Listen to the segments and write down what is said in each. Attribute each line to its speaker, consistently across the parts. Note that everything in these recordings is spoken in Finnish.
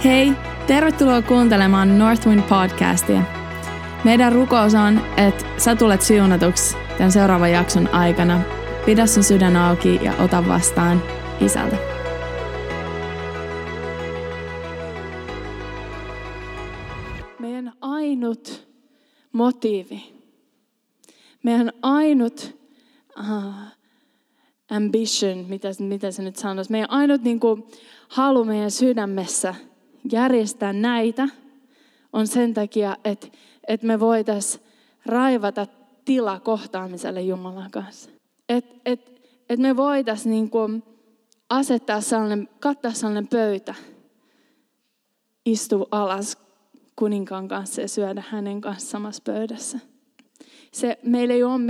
Speaker 1: Hei, tervetuloa kuuntelemaan Northwind podcastia. Meidän rukous on, että sä tulet siunatuksi tämän seuraavan jakson aikana. Pidä sun sydän auki ja ota vastaan Isältä. Meidän ainut motiivi, meidän ainut ambition, mitä se nyt sanoisi, meidän ainut halu meidän sydämessä järjestää näitä on sen takia, että me voitaisiin raivata tila kohtaamiselle Jumalan kanssa. Että me voitaisiin kattaa sellainen pöytä, istua alas kuninkaan kanssa ja syödä hänen kanssa samassa pöydässä. Meillä ei ole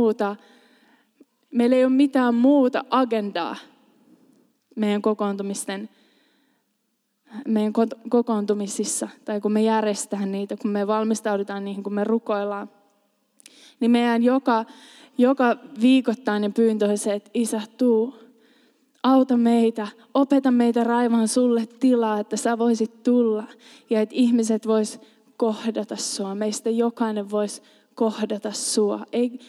Speaker 1: mitään muuta agendaa meidän kokoontumisissa, tai kun me järjestetään niitä, kun me valmistaudutaan niihin, kun me rukoillaan, niin meidän joka viikoittainen pyyntö on se, että Isä, tuu, auta meitä, opeta meitä raivaan sulle tilaa, että sä voisit tulla, ja että ihmiset vois kohdata sua, meistä jokainen vois kohdata sua.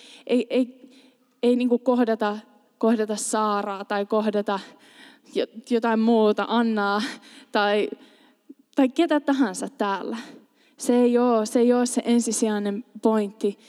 Speaker 1: Ei kohdata Saaraa tai kohdata jotain muuta, Annaa tai ketä tahansa täällä. Se ei ole se ensisijainen pointti.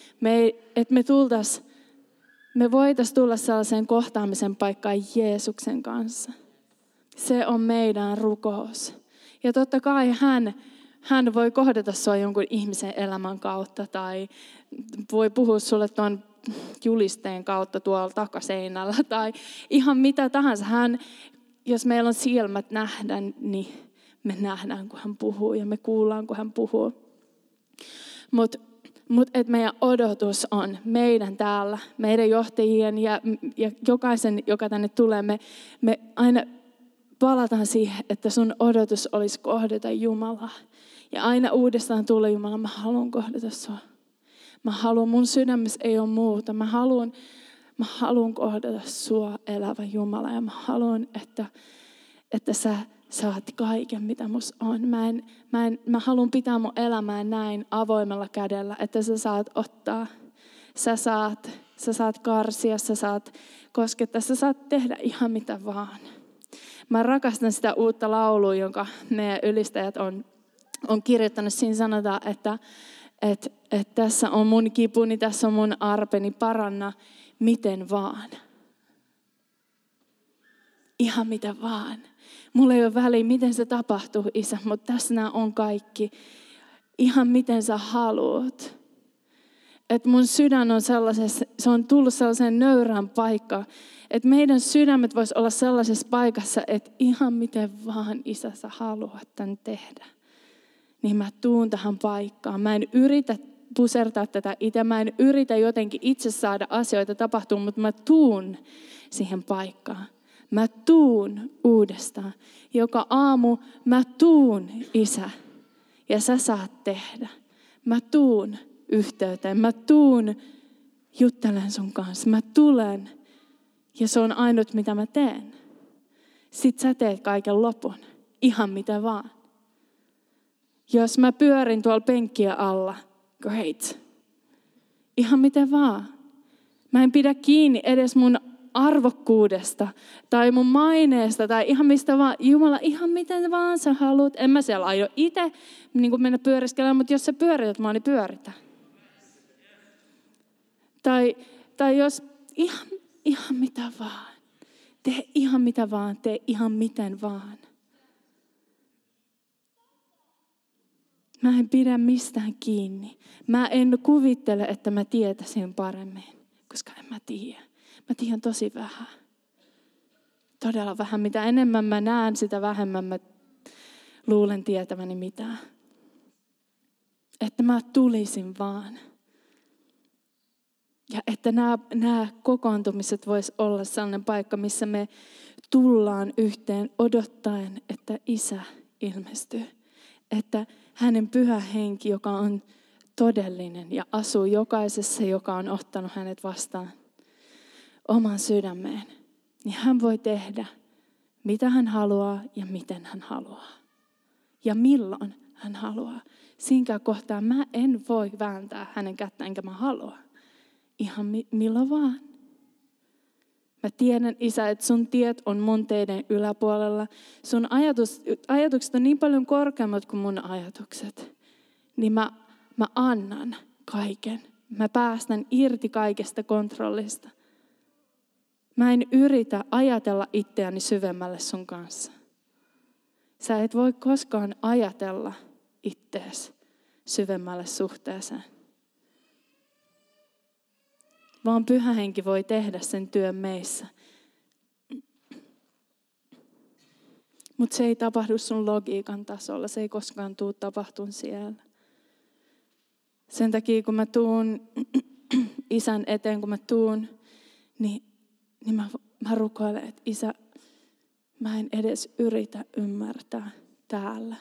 Speaker 1: Me voitaisiin tulla sellaiseen kohtaamisen paikkaan Jeesuksen kanssa. Se on meidän rukous. Ja totta kai hän voi kohdata sua jonkun ihmisen elämän kautta tai voi puhua sulle tuon julisteen kautta tuolla takaseinällä tai ihan mitä tahansa. Jos meillä on silmät nähdä, niin me nähdään, kun hän puhuu ja me kuullaan, kun hän puhuu. Mutta että meidän odotus on meidän täällä, meidän johtajien ja jokaisen, joka tänne tulee, me aina palataan siihen, että sun odotus olisi kohdata Jumalaa. Ja aina uudestaan tulee Jumala, mä haluan kohdata sua. Mun sydämessä ei ole muuta. Mä haluan kohdata sua, elävä Jumala. Ja mä haluan, että sä saat kaiken, mitä musta on. Mä haluan pitää mun elämää näin avoimella kädellä, että sä saat ottaa. Sä saat karsia, sä saat koskettaa, sä saat tehdä ihan mitä vaan. Mä rakastan sitä uutta laulua, jonka meidän ylistäjät on kirjoittanut. Siinä sanotaan, että tässä on mun kipuni, tässä on mun arpeni, paranna miten vaan. Ihan mitä vaan. Mulla ei ole väliä, miten se tapahtuu, Isä, mutta tässä nämä on kaikki. Ihan miten sä haluat. Että mun sydän on se on tullut sellaiseen nöyrään paikkaan, että meidän sydämet vois olla sellaisessa paikassa, että ihan miten vaan, Isä, sä haluat tämän tehdä. Niin mä tuun tähän paikkaan. Mä en yritä pusertaa tätä itse. Mä en yritä jotenkin itse saada asioita tapahtumaan, mutta mä tuun siihen paikkaan. Mä tuun uudestaan. Joka aamu mä tuun, Isä. Ja sä saat tehdä. Mä tuun yhteyteen. Mä tuun juttelen sun kanssa. Mä tulen. Ja se on ainut, mitä mä teen. Sit sä teet kaiken lopun. Ihan mitä vaan. Jos mä pyörin tuolla penkkiä alla, great. Ihan miten vaan. Mä en pidä kiinni edes mun arvokkuudesta tai mun maineesta tai ihan mistä vaan. Jumala, ihan miten vaan sä haluat. En mä siellä aio itse mennä pyöriskelemään, mutta jos sä pyörität mua, niin pyöritä. Tai jos ihan mitä vaan. Tee ihan mitä vaan, tee ihan miten vaan. Mä en pidä mistään kiinni. Mä en kuvittele, että mä tietäisin paremmin, koska en mä tiedä. Mä tiedän tosi vähän. Todella vähän. Mitä enemmän mä näen, sitä vähemmän mä luulen tietäväni mitään. Että mä tulisin vaan. Ja että nämä kokoontumiset vois olla sellainen paikka, missä me tullaan yhteen odottaen, että Isä ilmestyy. Että hänen pyhä henki, joka on todellinen ja asuu jokaisessa, joka on ottanut hänet vastaan oman sydämeen, niin hän voi tehdä, mitä hän haluaa ja miten hän haluaa. ja milloin hän haluaa. Siinäkään kohtaa mä en voi vääntää hänen kättä, enkä mä halua. Ihan milloin vaan. Mä tiedän, Isä, että sun tiet on mun teiden yläpuolella. Sun ajatukset on niin paljon korkeammat kuin mun ajatukset. Niin mä annan kaiken. Mä päästän irti kaikesta kontrollista. Mä en yritä ajatella itseäni syvemmälle sun kanssa. Sä et voi koskaan ajatella ittees syvemmälle suhteeseen. Vaan Pyhä Henki voi tehdä sen työn meissä. Mutta se ei tapahdu sun logiikan tasolla. Se ei koskaan tule tapahtumaan siellä. Sen takia kun mä tuun Isän eteen, kun mä tuun, niin mä rukoilen, että Isä, mä en edes yritä ymmärtää täällä.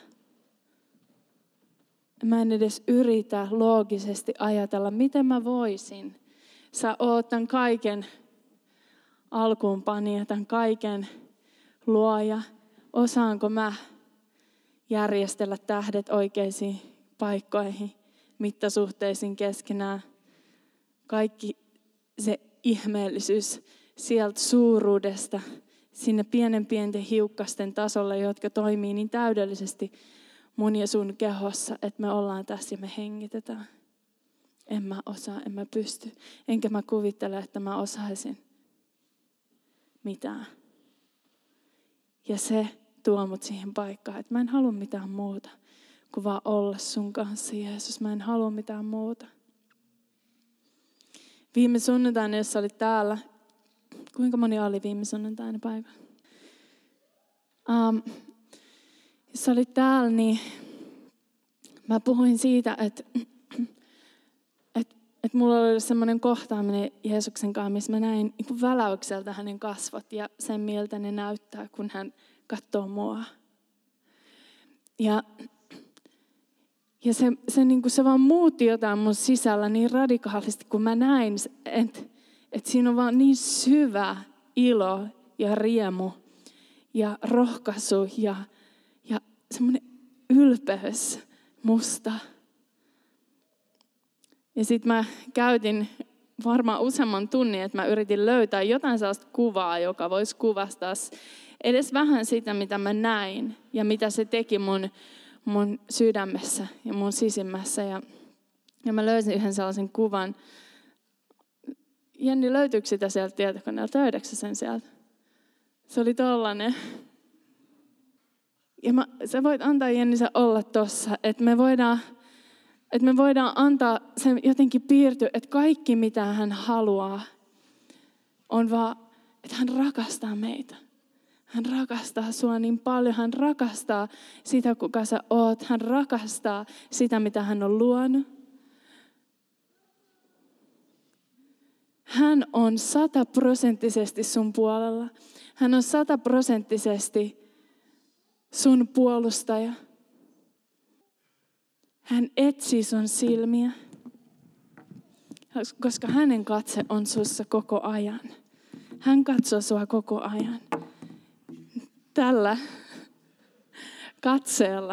Speaker 1: Mä en edes yritä loogisesti ajatella, miten mä voisin. Sä oot tämän kaiken alkuunpanija, tämän kaiken luoja. Osaanko mä järjestellä tähdet oikeisiin paikkoihin, mittasuhteisiin keskenään. Kaikki se ihmeellisyys sieltä suuruudesta sinne pienten hiukkasten tasolle, jotka toimii niin täydellisesti mun ja sun kehossa, että me ollaan tässä ja me hengitetään. En mä osaa, en mä pysty. Enkä mä kuvittele, että mä osaisin mitään. Ja se tuo mut siihen paikkaan, että mä en halua mitään muuta kuin vaan olla sun kanssa, Jeesus. Mä en halua mitään muuta. Viime sunnuntaina, jos sä olit täällä, kuinka moni oli viime sunnuntaina paikalla? Jos sä olit täällä, niin mä puhuin siitä, että mulla oli semmoinen kohtaaminen Jeesuksen kanssa, missä mä näin niin väläykseltä hänen kasvot ja sen miltä ne näyttää, kun hän katsoo mua. Ja se vaan muutti jotain mun sisällä niin radikaalisti, kun mä näin, että siinä on vaan niin syvä ilo ja riemu ja rohkaisu ja semmoinen ylpeys musta. Ja sitten mä käytin varmaan useamman tunnin, että mä yritin löytää jotain sellaista kuvaa, joka voisi kuvastaa edes vähän sitä, mitä mä näin ja mitä se teki mun sydämessä ja mun sisimmässä. Ja mä löysin yhden sellaisen kuvan. Jenni, löytyykö sitä sieltä tietokoneelta? Löydätkö sen sieltä? Se oli tollainen. Ja sä voit antaa Jenni se olla tossa, että me voidaan antaa sen jotenkin piirtyä, että kaikki mitä hän haluaa on vaan, että hän rakastaa meitä. Hän rakastaa sua niin paljon, hän rakastaa sitä kuka sä oot, hän rakastaa sitä mitä hän on luonut. Hän on 100% sun puolella. Hän on 100% sun puolustaja. Hän etsii sun silmiä, koska hänen katse on sussa koko ajan. Hän katsoo sua koko ajan. Tällä katseella,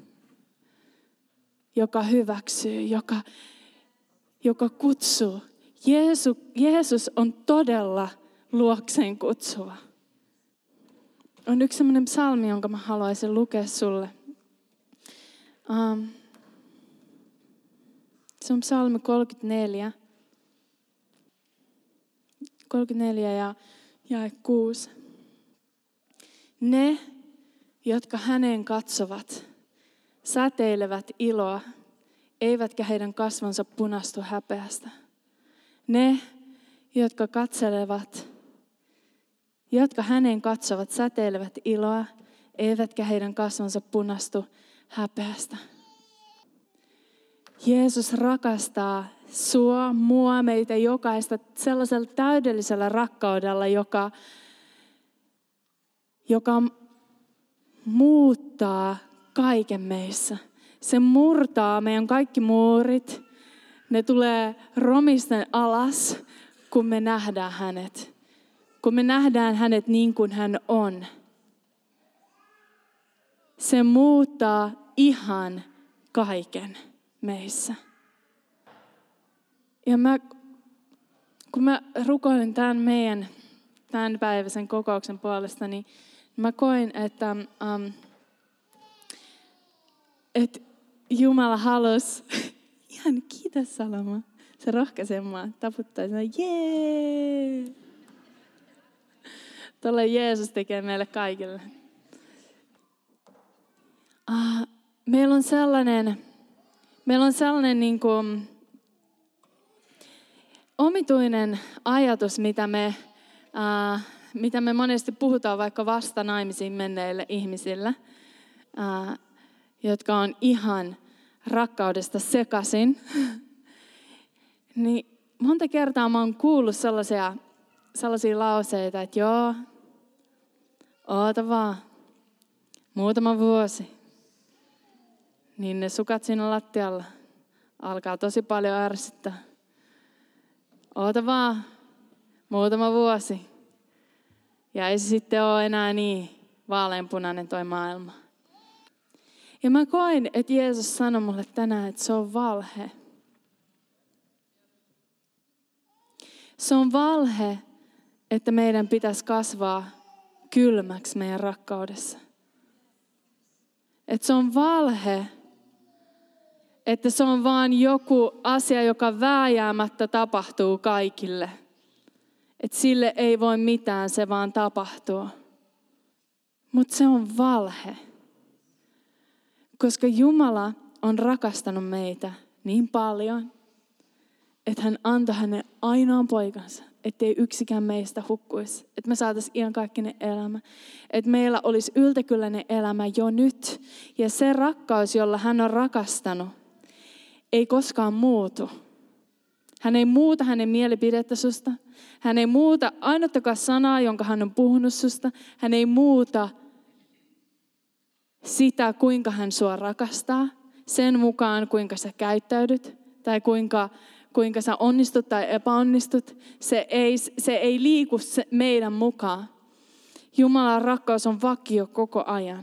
Speaker 1: joka hyväksyy, joka kutsuu. Jeesus on todella luokseen kutsuva. On yksi sellainen psalmi, jonka mä haluaisin lukea sulle. Se on psalmi 34 ja jae 6. Ne, jotka hänen katsovat, säteilevät iloa, eivätkä heidän kasvonsa punastu häpeästä. Ne, jotka hänen katsovat, säteilevät iloa, eivätkä heidän kasvonsa punastu häpeästä. Jeesus rakastaa sua, mua, meitä jokaista sellaisella täydellisellä rakkaudella, joka muuttaa kaiken meissä. Se murtaa meidän kaikki muurit. Ne tulee romisten alas, kun me nähdään hänet. Kun me nähdään hänet niin kuin hän on. Se muuttaa ihan kaiken meissä. Ja kun mä rukoilin tämän päiväisen kokouksen puolesta, niin mä koin, että Jumala halusi, ihan kiitos Saloma, se rohkaisee mua, taputtaa ja sanoo, jee! Tuolla Jeesus tekee meille kaikille. Meillä on sellainen niin kuin omituinen ajatus, mitä me monesti puhutaan vaikka vasta naimisiin menneille ihmisille, jotka on ihan rakkaudesta sekaisin. Niin monta kertaa mä oon kuullut sellaisia lauseita, että joo, oota vaan, muutama vuosi. Niin ne sukat siinä lattialla alkaa tosi paljon ärsyttää. Oota vaan, muutama vuosi. Ja ei se sitten ole enää niin vaaleanpunainen toi maailma. Ja mä koin, että Jeesus sanoi mulle tänään, että se on valhe. Se on valhe, että meidän pitäisi kasvaa kylmäksi meidän rakkaudessa. Että se on valhe, että se on vaan joku asia, joka vääjäämättä tapahtuu kaikille. Että sille ei voi mitään, se vaan tapahtuu. Mutta se on valhe. Koska Jumala on rakastanut meitä niin paljon, että hän antoi hänen ainoan poikansa, ettei yksikään meistä hukkuisi. Että me saataisiin iankaikkinen elämä. Että meillä olisi yltäkylläinen elämä jo nyt. Ja se rakkaus, jolla hän on rakastanut, ei koskaan muutu. Hän ei muuta hänen mielipidettä susta. Hän ei muuta ainuttakaan sanaa, jonka hän on puhunut susta. Hän ei muuta sitä, kuinka hän sua rakastaa. Sen mukaan, kuinka sä käyttäydyt tai kuinka sä onnistut tai epäonnistut. Se ei liiku meidän mukaan. Jumalan rakkaus on vakio koko ajan.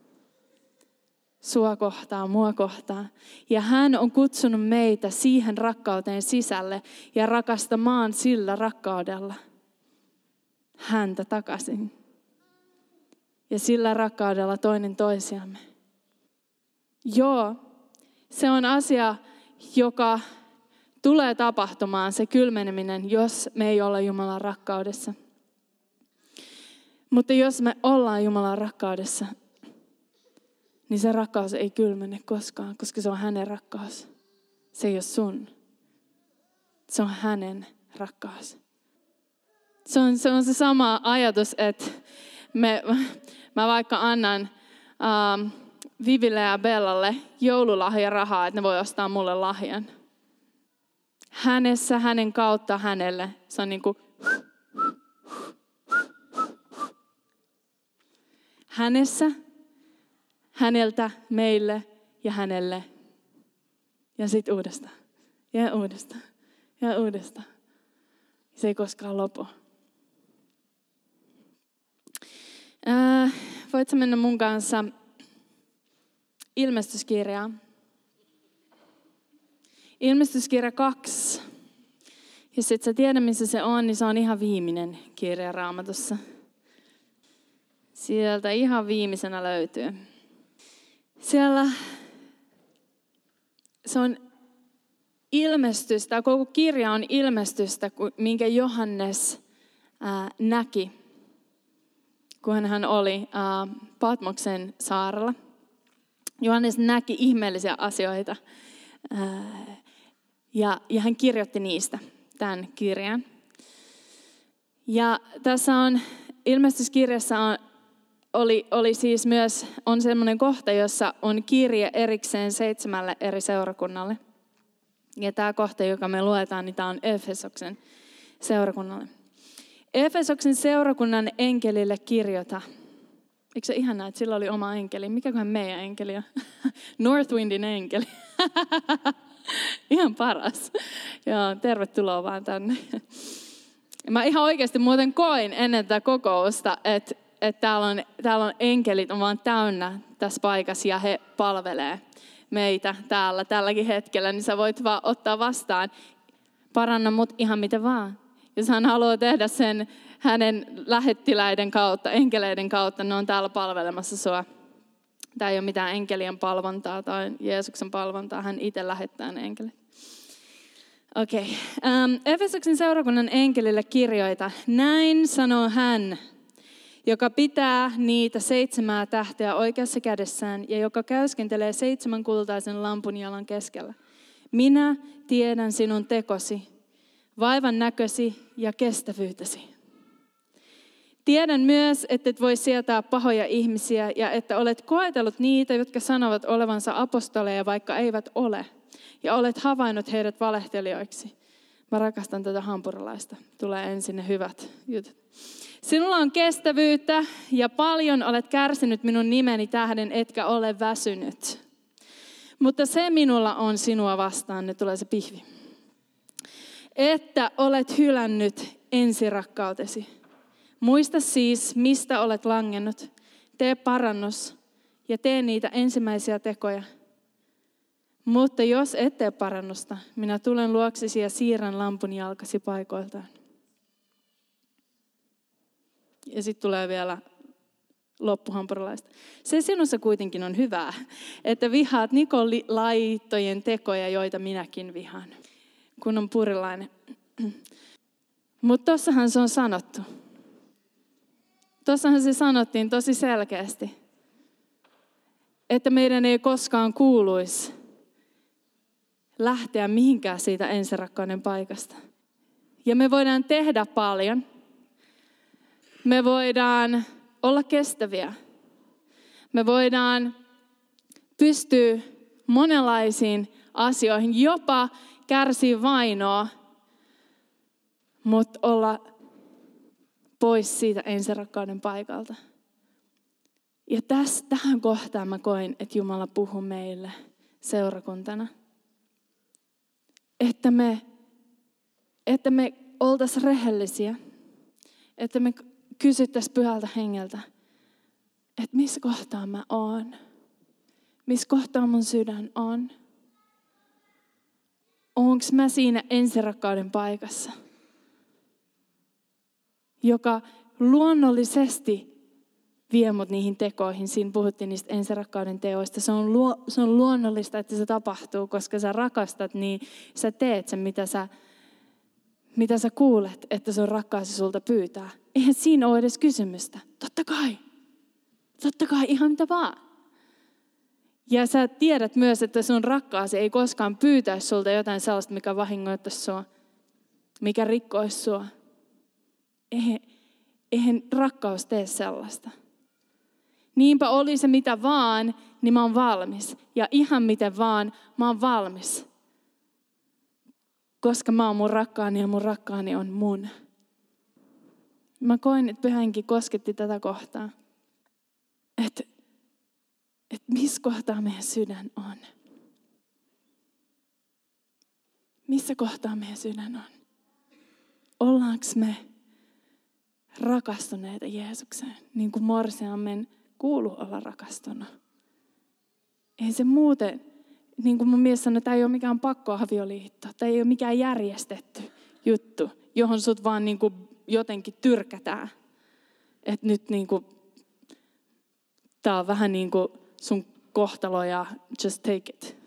Speaker 1: Sua kohtaan, mua kohtaan. Ja hän on kutsunut meitä siihen rakkauteen sisälle ja rakastamaan sillä rakkaudella häntä takaisin. Ja sillä rakkaudella toinen toisiamme. Joo, se on asia, joka tulee tapahtumaan, se kylmeneminen, jos me ei olla Jumalan rakkaudessa. Mutta jos me ollaan Jumalan rakkaudessa, niin se rakkaus ei kylmene koskaan, koska se on hänen rakkaus. Se ei ole sun. Se on hänen rakkaus. Se on se sama ajatus, että mä vaikka annan Viville ja Bellalle joululahjarahaa, että ne voi ostaa mulle lahjan. Hänessä, hänen kautta hänelle. Se on niin kuin hänessä, häneltä, meille ja hänelle. Ja sitten uudestaan. Ja uudestaan. Ja uudestaan. Se ei koskaan lopu. Voitko mennä mun kanssa ilmestyskirjaan? Ilmestyskirja 2. Jos et sä tiedä, missä se on, niin se on ihan viimeinen kirja Raamatussa. Sieltä ihan viimeisenä löytyy. Siellä se on ilmestystä, koko kirja on ilmestystä, minkä Johannes näki, kun hän oli Patmoksen saarella. Johannes näki ihmeellisiä asioita ja hän kirjoitti niistä tämän kirjan. Ja tässä on ilmestyskirjassa oli siis myös on semmoinen kohta, jossa on kirje erikseen 7 eri seurakunnalle. Ja tämä kohta, joka me luetaan, niin tämä on Efesoksen seurakunnalle. Efesoksen seurakunnan enkelille kirjoita. Eikö se ihanaa, että sillä oli oma enkeli? Mikäköhän meidän enkeli on? Northwindin enkeli. Ihan paras. Joo, tervetuloa vaan tänne. Mä ihan oikeasti muuten koin ennen tätä kokousta, että täällä on enkelit on vaan täynnä tässä paikassa ja he palvelee meitä täällä tälläkin hetkellä, niin sä voit vaan ottaa vastaan. Paranna mut ihan mitä vaan. Jos hän haluaa tehdä sen hänen lähettiläiden kautta, enkeleiden kautta, ne on täällä palvelemassa sua. Tämä ei ole mitään enkelien palvontaa tai Jeesuksen palvontaa, hän itse lähettää ne enkelit. Okei. Efesoksen seurakunnan enkelille kirjoita. Näin sanoo hän, joka pitää niitä 7 tähteä oikeassa kädessään ja joka käyskentelee 7 kultaisen lampun jalan keskellä. Minä tiedän sinun tekosi, vaivan näkösi ja kestävyytesi. Tiedän myös, että et voi sietää pahoja ihmisiä ja että olet koetellut niitä, jotka sanovat olevansa apostoleja, vaikka eivät ole. Ja olet havainnut heidät valehtelijoiksi. Mä rakastan tätä hampurilaista. Tulee ensin ne hyvät jutut. Sinulla on kestävyyttä ja paljon olet kärsinyt minun nimeni tähden, etkä ole väsynyt. Mutta se minulla on sinua vastaan, nyt tulee se pihvi. Että olet hylännyt ensirakkautesi. Muista siis, mistä olet langennut. Tee parannus ja tee niitä ensimmäisiä tekoja. Mutta jos et tee parannusta, minä tulen luoksesi ja siirrän lampun jalkasi paikoiltaan. Ja sitten tulee vielä loppuhampurilaista. Se sinussa kuitenkin on hyvää, että vihaat nikolaittojen tekoja, joita minäkin vihaan. Kun on purilainen. Mutta tossahan se on sanottu. Tossahan se sanottiin tosi selkeästi, että meidän ei koskaan kuuluisi lähteä mihinkään siitä ensirakkauden paikasta. Ja me voidaan tehdä paljon. Me voidaan olla kestäviä. Me voidaan pystyä monenlaisiin asioihin, jopa kärsiä vainoa, mutta olla pois siitä ensirakkauden paikalta. Ja tähän kohtaan mä koin, että Jumala puhuu meille seurakuntana. Että me oltaisiin rehellisiä. Että me kysyttäisiin Pyhältä Hengeltä, että missä kohtaa mä oon. Missä kohtaa mun sydän on. Onko mä siinä ensirakkauden paikassa, joka luonnollisesti vie mut niihin tekoihin. Siinä puhuttiin niistä ensirakkauden teoista. Se on luonnollista, että se tapahtuu, koska sä rakastat, niin sä teet sen, mitä sä kuulet, että sun rakkaasi sulta pyytää. Eihän siinä ole edes kysymystä. Totta kai, ihan mitä vaan. Ja sä tiedät myös, että sun rakkaasi ei koskaan pyytäisi sulta jotain sellaista, mikä vahingoittaisi sua, mikä rikkoisi sua. Eihän rakkaus tee sellaista. Niinpä oli se mitä vaan, niin mä oon valmis. Ja ihan miten vaan, mä oon valmis. Koska mä oon mun rakkaani ja mun rakkaani on mun. Mä koin, että Pyhä Henki kosketti tätä kohtaa. Että missä kohtaa meidän sydän on. Missä kohtaa meidän sydän on. Ollaanko me rakastuneita Jeesukseen, niin kuin morsiamen kuuluu olla rakastunut. Ei se muuten, niin kuin mun mies sanoi, tämä ei ole mikään pakkoavioliitto, tämä ei ole mikään järjestetty juttu, johon sut vaan niin kuin jotenkin tyrkätään. Että nyt niin kuin, tämä on vähän niin kuin sun kohtalo ja just take it.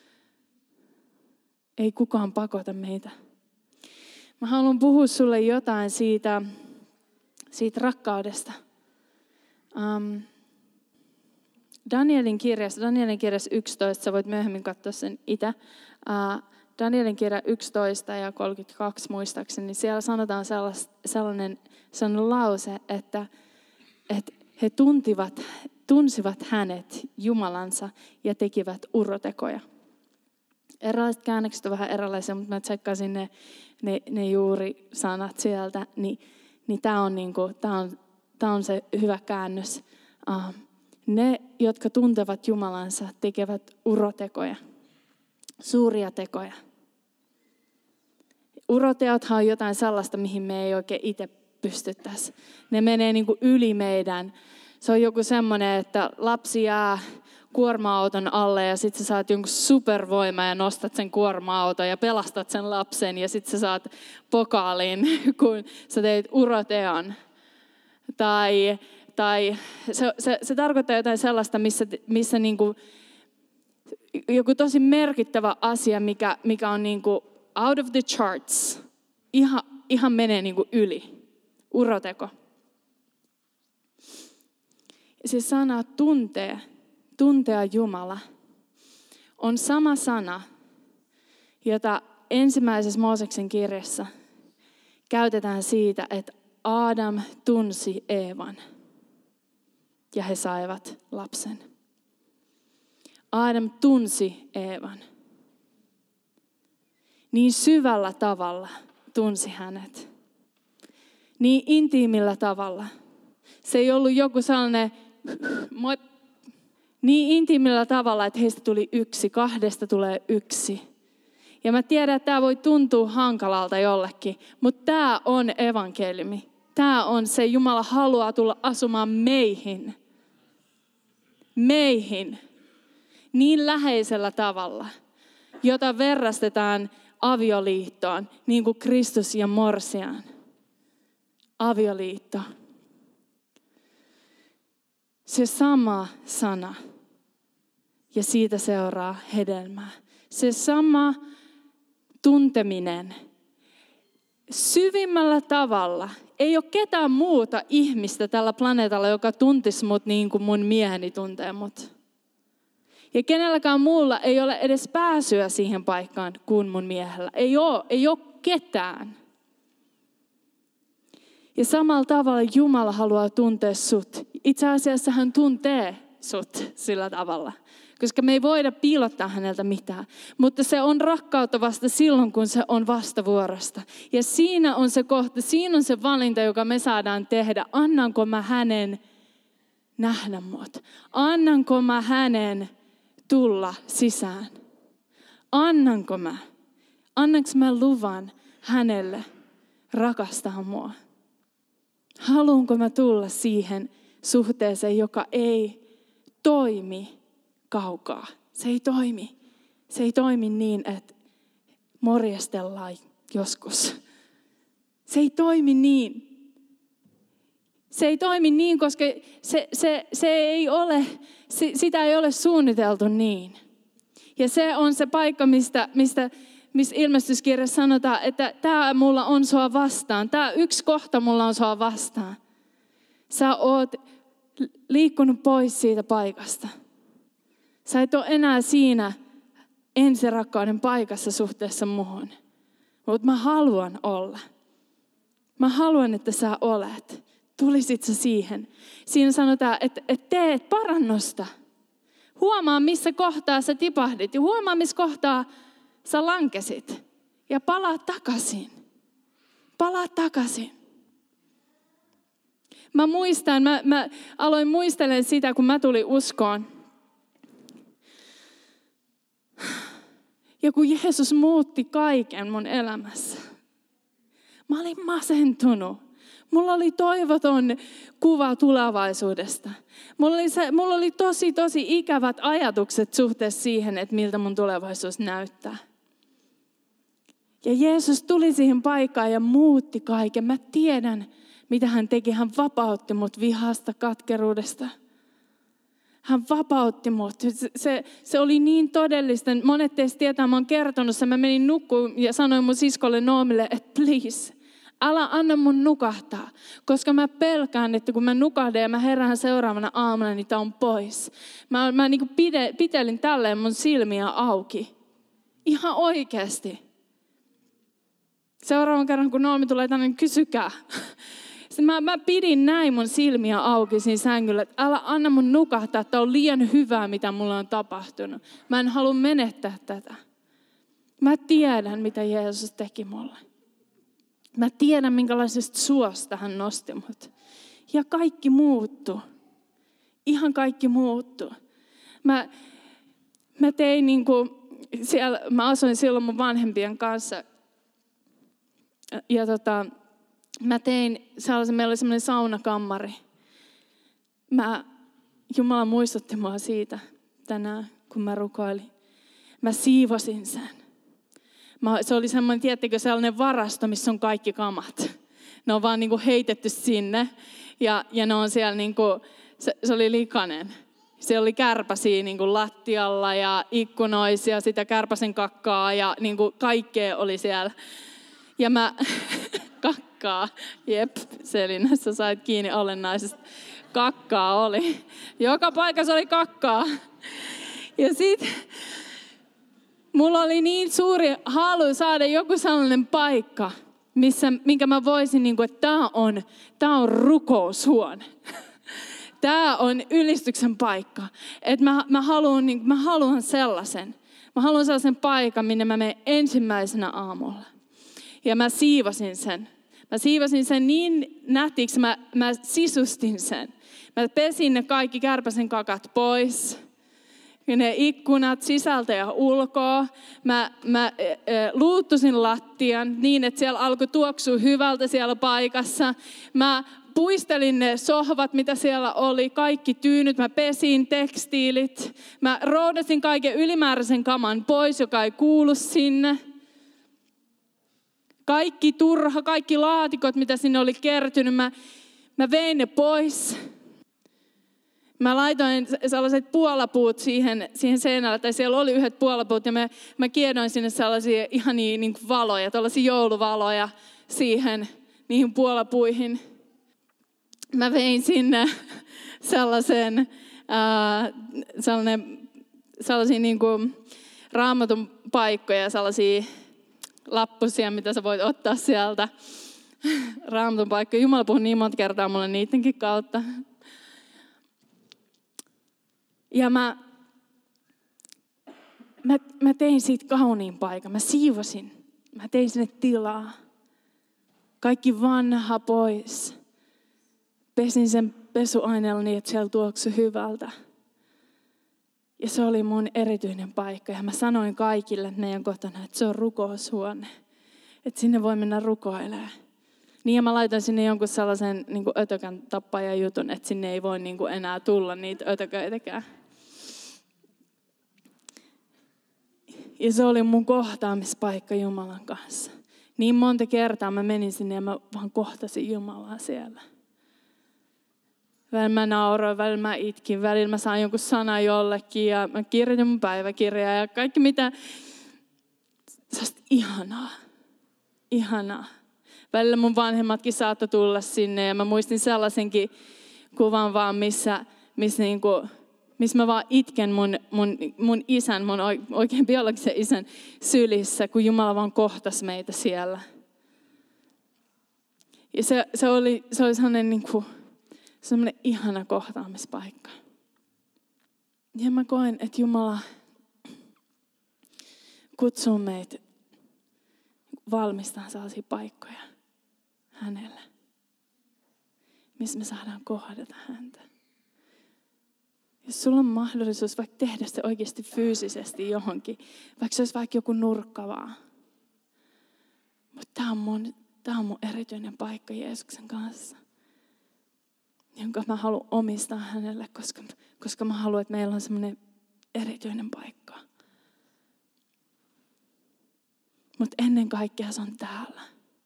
Speaker 1: Ei kukaan pakota meitä. Mä haluan puhua sulle jotain siitä rakkaudesta. Danielin kirjassa 11, sä voit myöhemmin katsoa sen itse. Danielin kirja 11 ja 32 muistaakseni, niin siellä sanotaan sellainen lause, että he tunsivat hänet, Jumalansa, ja tekivät urotekoja. Erilaiset käännökset on vähän erilaisia, mutta mä tsekkaisin ne juuri sanat sieltä, niin tämä on se hyvä käännös. Ne, jotka tuntevat Jumalansa, tekevät urotekoja, suuria tekoja. Uroteothan on jotain sellaista, mihin me ei oikein itse pystyttäisi. Ne menee niin kuin yli meidän. Se on joku semmoinen, että lapsi jää kuorma-auton alle ja sitten sä saat jonkun supervoima ja nostat sen kuorma-auton ja pelastat sen lapsen ja sitten sä saat pokaalin, kun sä teit uroteon. Tai se tarkoittaa jotain sellaista, missä niinku joku tosi merkittävä asia, mikä on niinku out of the charts, ihan menee niinku yli. Uroteko. Se sana tuntea Jumala, on sama sana, jota ensimmäisessä Mooseksen kirjassa käytetään siitä, että Aadam tunsi Eevan ja he saivat lapsen. Aadam tunsi Eevan. Niin syvällä tavalla tunsi hänet. Niin intiimillä tavalla. Se ei ollut joku sellainen, moi. Niin intiimillä tavalla, että heistä tuli yksi, kahdesta tulee yksi. Ja mä tiedän, että tämä voi tuntua hankalalta jollekin, mutta tämä on evankeliumi. Tämä on se, Jumala haluaa tulla asumaan meihin. Meihin. Niin läheisellä tavalla, jota verrastetaan avioliittoon, niin kuin Kristus ja morsian. Avioliitto. Se sama sana. Ja siitä seuraa hedelmää. Se sama tunteminen. Syvimmällä tavalla. Ei ole ketään muuta ihmistä tällä planeetalla, joka tuntisi mut niin kuin mun mieheni tuntee mut. Ja kenelläkään muulla ei ole edes pääsyä siihen paikkaan kuin mun miehellä. Ei ole ketään. Ja samalla tavalla Jumala haluaa tuntea sut. Itse asiassa hän tuntee sut sillä tavalla. Koska me ei voida piilottaa häneltä mitään. Mutta se on rakkautta vasta silloin, kun se on vastavuorosta. Ja siinä on se kohta, siinä on se valinta, joka me saadaan tehdä. Annanko mä hänen nähdä mut? Annanko mä hänen tulla sisään? Annanko mä? Annanko mä luvan hänelle rakastaa mua? Haluanko mä tulla siihen suhteeseen, joka ei toimi kaukaa? Se ei toimi. Se ei toimi niin, että morjestellaan joskus. Se ei toimi niin. Se ei toimi niin, koska se ei ole, sitä ei ole suunniteltu niin. Ja se on se paikka, missä ilmestyskirjassa sanotaan, että tämä mulla on sua vastaan. Tämä yksi kohta mulla on sua vastaan. Sä oot liikkunut pois siitä paikasta. Sä et ole enää siinä ensirakkauden paikassa suhteessa muhun. Mutta mä haluan olla. Mä haluan, että sä olet. Tulisit sä siihen? Siinä sanotaan, että teet parannusta. Huomaa, missä kohtaa sä tipahdit. Ja huomaa, missä kohtaa sä lankesit. Ja palaa takaisin. Palaa takaisin. Mä muistan, mä aloin muistelemaan sitä, kun mä tulin uskoon. Ja kun Jeesus muutti kaiken mun elämässä. Mä olin masentunut. Mulla oli toivoton kuva tulevaisuudesta. Mulla oli tosi ikävät ajatukset suhteessa siihen, että miltä mun tulevaisuus näyttää. Ja Jeesus tuli siihen paikkaan ja muutti kaiken. Mä tiedän, mitä hän teki. Hän vapautti mut vihasta, katkeruudesta. Hän vapautti mut. Se oli niin todellista. Monet teistä tietää, mä oon kertonut sen. Mä menin nukkuun ja sanoin mun siskolle Noomille, että please, älä anna mun nukahtaa. Koska mä pelkään, että kun mä nukahdan ja mä herään seuraavana aamuna, niin tää on pois. Mä niin kuin pitelin tälleen mun silmiä auki. Ihan oikeasti. Seuraavan kerran, kun Noomi tulee tänne, niin kysykää. Mä pidin näin mun silmiä auki siinä sängyllä, että älä anna mun nukahtaa, että on liian hyvää, mitä mulla on tapahtunut. Mä en halua menettää tätä. Mä tiedän, mitä Jeesus teki mulle. Mä tiedän, minkälaisesta suosta hän nosti mut. Ja kaikki muuttui. Ihan kaikki muuttui. Mä tein mä asuin silloin mun vanhempien kanssa. Ja mä tein sellaisen, meillä oli semmoinen saunakammari. Jumala muistutti mua siitä tänään, kun mä rukoilin. Mä siivosin sen. Se oli semmoinen, tiedättekö, sellainen varasto, missä on kaikki kamat. Ne on vaan niin kuin heitetty sinne ja ne on siellä, niin kuin, se oli likainen. Siellä oli kärpäsiä niin kuin lattialla ja ikkunoisia, sitä kärpäsen kakkaa ja niin kuin kaikkea oli siellä. Ja mä, kakkaa, jep, Selina, sä sait kiinni olennaisesta. Kakkaa oli. Joka paikassa oli kakkaa. Ja sit mulla oli niin suuri halu saada joku sellainen paikka, minkä mä voisin, niin kuin, että tää on rukoushuone. Tää on ylistyksen paikka. Että mä haluan sellaisen. Mä haluan sellaisen paikan, minne mä menen ensimmäisenä aamulla. Ja mä siivosin sen. Mä siivosin sen niin nätiksi, mä sisustin sen. Mä pesin ne kaikki kärpäsen kakat pois. Ja ne ikkunat sisältä ja ulkoa. Mä luuttusin lattian niin, että siellä alkoi tuoksua hyvältä siellä paikassa. Mä puistelin ne sohvat, mitä siellä oli, kaikki tyynyt. Mä pesin tekstiilit. Mä roudasin kaiken ylimääräisen kaman pois, joka ei kuulu sinne. Kaikki turha, kaikki laatikot, mitä sinne oli kertynyt, mä vein ne pois. Mä laitoin sellaiset puolapuut siihen seinälle, tai siellä oli yhdet puolapuut, ja mä kiedoin sinne sellaisia ihania niin kuin valoja, tällaisia jouluvaloja niihin puolapuihin. Mä vein sinne sellaisia niin kuin Raamatun paikkoja, sellaisia lappusia, mitä sä voit ottaa sieltä. Raamatun paikkoja. Jumala puhui niin monta kertaa mulle niidenkin kautta. Ja mä tein siitä kauniin paikan. Mä siivosin. Mä tein sinne tilaa. Kaikki vanha pois. Pesin sen pesuaineella niin, että siellä tuoksui hyvältä. Ja se oli mun erityinen paikka. Ja mä sanoin kaikille meidän kotona, että se on rukoushuone. Että sinne voi mennä rukoilemaan. Niin ja mä laitoin sinne jonkun sellaisen niin kuin ötökän tappajan jutun, että sinne ei voi niin kuin enää tulla niitä ötököitäkään. Ja se oli mun kohtaamispaikka Jumalan kanssa. Niin monta kertaa mä menin sinne ja mä vaan kohtasin Jumalaa siellä. Välillä mä nauroin, välillä mä itkin, välillä mä sain jonkun sanan jollekin ja mä kirjoitin mun päiväkirjaa ja kaikki mitä. Se on ihanaa. Välillä mun vanhemmatkin saattoi tulla sinne ja mä muistin sellaisenkin kuvan vaan, missä mä vaan itken mun isän, mun oikein biologisen isän sylissä, kun Jumala vaan kohtasi meitä siellä. Ja se oli sellainen niin kuin semmoinen ihana kohtaamispaikka. Ja mä koen, että Jumala kutsuu meitä valmistamaan sellaisia paikkoja hänelle, missä me saadaan kohdata häntä. Jos sulla on mahdollisuus vaikka tehdä se oikeasti fyysisesti johonkin, vaikka se olisi vaikka joku nurkka vaan. Mutta tämä on mun erityinen paikka Jeesuksen kanssa, jonka mä haluan omistaa hänelle, koska mä haluan, että meillä on semmoinen erityinen paikka. Mutta ennen kaikkea se on täällä,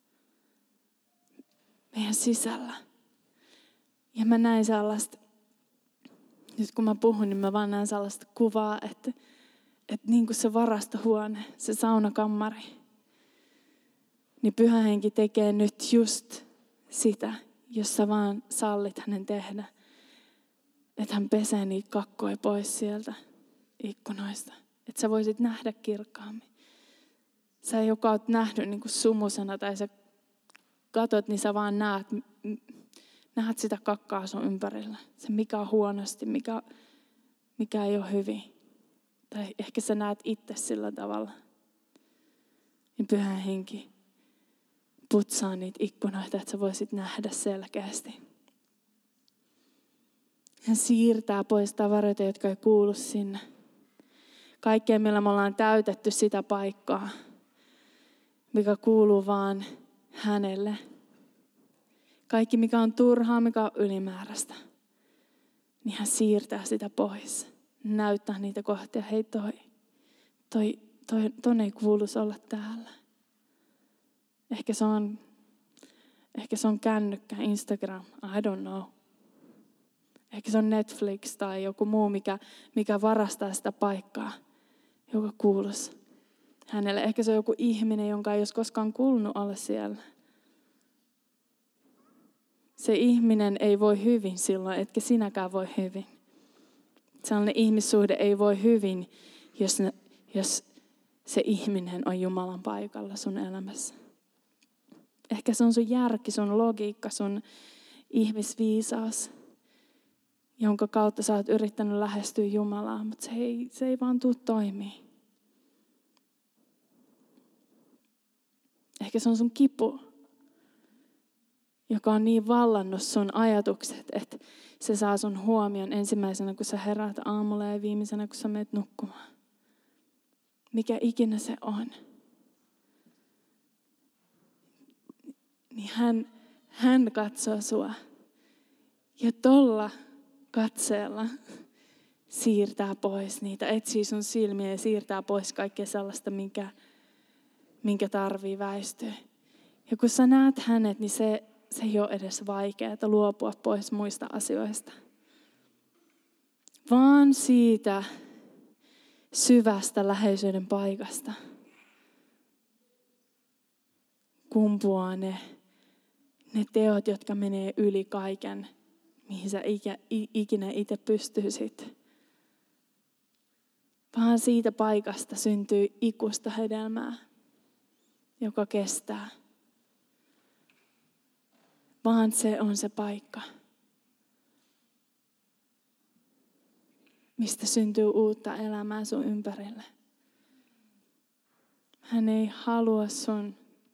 Speaker 1: meidän sisällä. Ja mä näin sellaista, nyt kun mä puhun, niin mä vaan näen sellaista kuvaa, että niin kuin se varastohuone, se saunakammari, niin Pyhä Henki tekee nyt just sitä, jos sä vaan sallit hänen tehdä. Että hän pesee niitä kakkoja pois sieltä ikkunoista. Että sä voisit nähdä kirkkaammin. Sä joka oot nähnyt niin kuin sumusena tai sä katot, niin sä vaan näet sitä kakkaa sun ympärillä. Se mikä on huonosti, mikä ei ole hyvin. Tai ehkä sä näet itse sillä tavalla. Niin Pyhä Henki putsaa niitä ikkunoita, että sä voisit nähdä selkeästi. Hän siirtää pois tavaroita, jotka ei kuulu sinne. Kaikkea, millä me ollaan täytetty sitä paikkaa, mikä kuuluu vaan hänelle. Kaikki, mikä on turhaa, mikä on ylimääräistä, niin hän siirtää sitä pois. Näyttää niitä kohtia. Hei ton ei kuuluisi olla täällä. Ehkä se on kännykkä, Instagram, I don't know. Ehkä se on Netflix tai joku muu, mikä varastaa sitä paikkaa, joka kuuluisi hänelle. Ehkä se on joku ihminen, jonka ei olisi koskaan kuulunut olla siellä. Se ihminen ei voi hyvin silloin, etkä sinäkään voi hyvin. Sellainen ihmissuhde ei voi hyvin, jos se ihminen on Jumalan paikalla sun elämässä. Ehkä se on sun järki, sun logiikka, sun ihmisviisaus, jonka kautta sä oot yrittänyt lähestyä Jumalaa, mutta se ei vaan tule toimii. Ehkä se on sun kipu, joka on niin vallannut sun ajatukset, että se saa sun huomion ensimmäisenä, kun sä heräät aamulla ja viimeisenä, kun sä menet nukkumaan. Mikä ikinä se on. Niin hän katsoo sua. Ja tolla katseella siirtää pois niitä, etsii sun silmiä ja siirtää pois kaikkea sellaista, minkä tarvii väistyä. Ja kun sä näet hänet, niin se ei ole edes vaikeaa luopua pois muista asioista. Vaan siitä syvästä läheisyyden paikasta kumpuaa ne teot, jotka menee yli kaiken, mihin sä ikinä itse pystyisit. Vaan siitä paikasta syntyy ikuista hedelmää, joka kestää. Vaan se on se paikka, mistä syntyy uutta elämää sun ympärille. Hän ei halua sun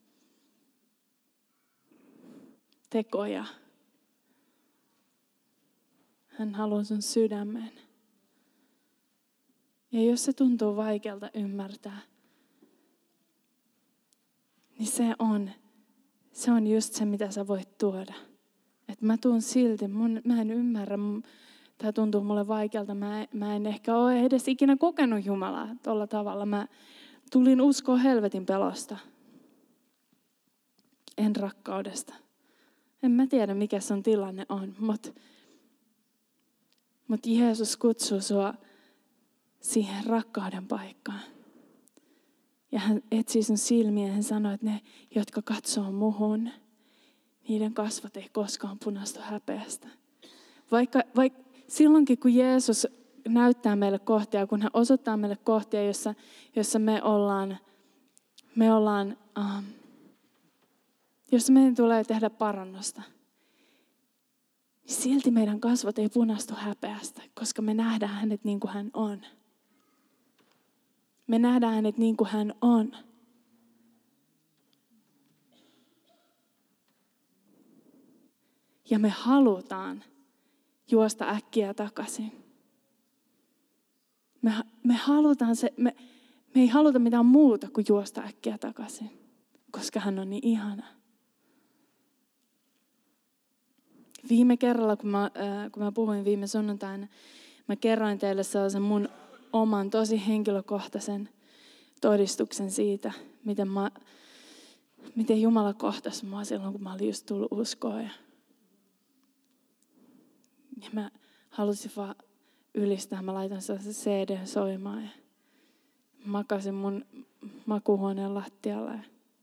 Speaker 1: tekoja. Hän haluaa sun sydämen. Ja jos se tuntuu vaikealta ymmärtää, niin se on just se, mitä sä voit tuoda. Että mä tuun silti, mä en ymmärrä, tämä tuntuu mulle vaikealta. Mä en ehkä ole edes ikinä kokenut Jumalaa tuolla tavalla. Mä tulin uskoa helvetin pelosta. En rakkaudesta. En mä tiedä, mikä sun tilanne on, mutta Jeesus kutsuu sua siihen rakkauden paikkaan. Ja hän etsii sun silmiä ja hän sanoo, että ne, jotka katsoo muhun, niiden kasvot ei koskaan punastu häpeästä. Vaikka silloinkin, kun Jeesus näyttää meille kohtia, kun hän osoittaa meille kohtia, jossa jossa meidän tulee tehdä parannusta, niin silti meidän kasvot ei punastu häpeästä, koska me nähdään hänet niin kuin hän on. Me nähdään hänet niin kuin hän on. Ja me halutaan juosta äkkiä takaisin. Me halutaan me ei haluta mitään muuta kuin juosta äkkiä takaisin, koska hän on niin ihana. Viime kerralla, kun mä puhuin viime sunnuntaina, mä kerroin teille sellaisen mun oman tosi henkilökohtaisen todistuksen siitä, miten Jumala kohtasi mua silloin, kun mä olin just tullut uskoon. Ja mä halusin vaan ylistää. Mä laitan sellaisen CD soimaan ja makasin mun makuuhuoneen lattialla.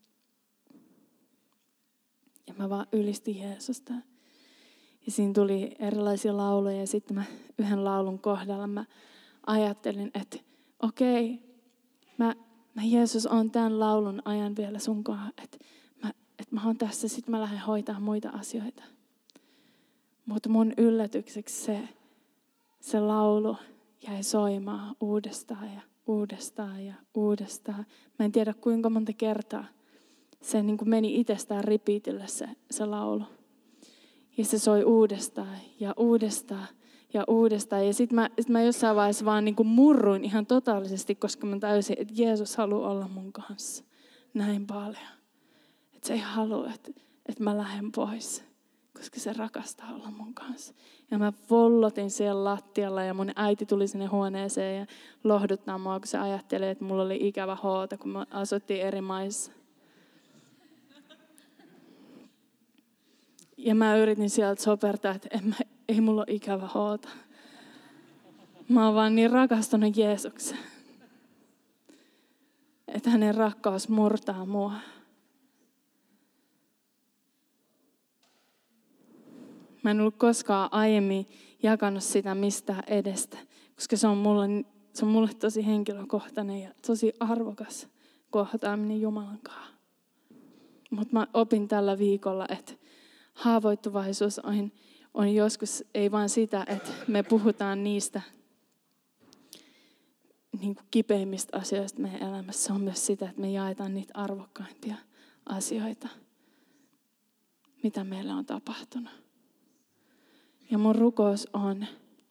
Speaker 1: Ja mä vaan ylistin Jeesusta. Ja siinä tuli erilaisia lauluja ja sitten mä yhden laulun kohdalla mä ajattelin, että okei, mä Jeesus on tämän laulun ajan vielä sunkaan, että mä oon tässä, sitten mä lähden hoitamaan muita asioita. Mutta mun yllätykseksi se laulu jäi soimaan uudestaan ja uudestaan ja uudestaan. Mä en tiedä kuinka monta kertaa se niin kuin meni itsestään repeatille se laulu. Ja se soi uudestaan ja uudestaan ja uudestaan. Ja sitten mä jossain vaiheessa vaan niin kuin murruin ihan totaalisesti, koska mä täysin, että Jeesus haluaa olla mun kanssa näin paljon. Että se ei halua, että mä lähden pois. koska se rakastaa olla mun kanssa. Ja mä vollotin siellä lattialla ja mun äiti tuli sinne huoneeseen ja lohduttaa mua, kun se ajatteli, että mulla oli ikävä hoota, kun me asuttiin eri maissa. Ja mä yritin sieltä sopertaa, että ei mulla ole ikävä hoota. Mä oon vaan niin rakastunut Jeesukseen, että hänen rakkaus murtaa mua. Mä en ollut koskaan aiemmin jakanut sitä mistään edestä, koska se on mulle tosi henkilökohtainen ja tosi arvokas kohtaaminen Jumalan kanssa. Mutta mä opin tällä viikolla, että haavoittuvaisuus on joskus ei vain sitä, että me puhutaan niistä niin kuin kipeimmistä asioista meidän elämässä. Se on myös sitä, että me jaetaan niitä arvokkaimpia asioita, mitä meillä on tapahtunut. Ja mun rukous on,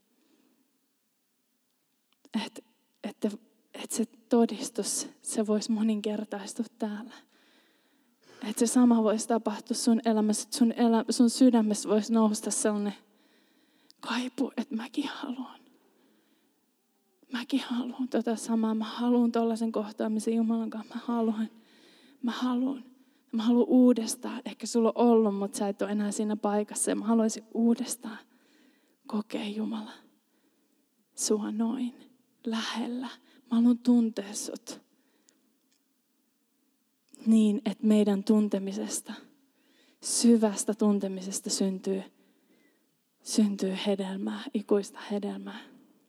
Speaker 1: että se todistus, se voisi moninkertaistua täällä. Että se sama voisi tapahtua sun elämässä, että sun sydämessä voisi nousta sellainen kaipu, että mäkin haluan. Mäkin haluan tota samaa. Mä haluan tollaisen kohtaamisen Jumalan kanssa. Mä haluan uudestaan. Ehkä sulla on ollut, mutta sä et ole enää siinä paikassa. Ja mä haluaisin uudestaan kokea Jumala sua noin lähellä. Mä haluan tuntea sut niin, että meidän tuntemisesta, syvästä tuntemisesta syntyy hedelmää, ikuista hedelmää.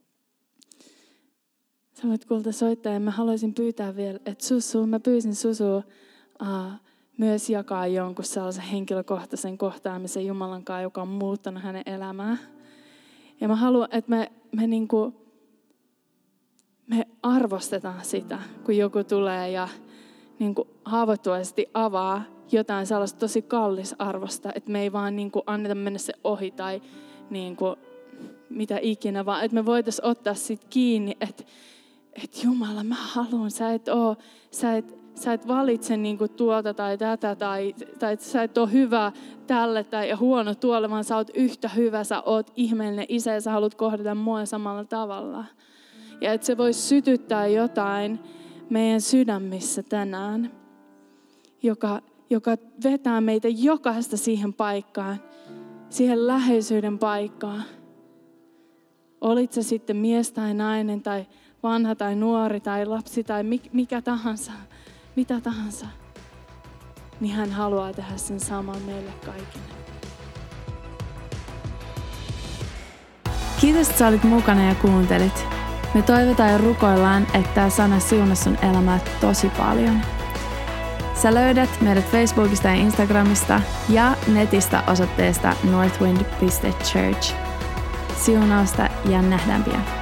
Speaker 1: Sä voit kulta soittaa ja mä haluaisin pyytää vielä, että mä pyysin Susua myös jakaa jonkun sellaisen henkilökohtaisen kohtaamisen Jumalan kanssa, joka on muuttanut hänen elämää. Ja mä haluan, että me arvostetaan sitä, kun joku tulee ja haavoittuvaisesti avaa jotain sellaista tosi kallisarvosta, että me ei vaan anneta mennä se ohi tai mitä ikinä, vaan että me voitaisiin ottaa siitä kiinni, että Jumala, mä haluan, sä et valitse tuota tai tätä tai sä et ole hyvä tälle ja huono tuolle, vaan sä oot yhtä hyvä, sä oot ihmeellinen isä ja sä haluat kohdata mua samalla tavalla. Ja että se voisi sytyttää jotain meidän sydämissä tänään, joka vetää meitä jokaista siihen paikkaan, siihen läheisyyden paikkaan. Olit se sitten mies tai nainen tai vanha tai nuori tai lapsi tai mikä tahansa, mitä tahansa, niin hän haluaa tehdä sen saman meille kaikille.
Speaker 2: Kiitos, että sä olit mukana ja kuuntelit. Me toivotaan ja rukoillaan, että tämä sana siunasi sun elämää tosi paljon. Sä löydät meidät Facebookista ja Instagramista ja netistä osoitteesta northwind.church. Siunausta ja nähdään pian.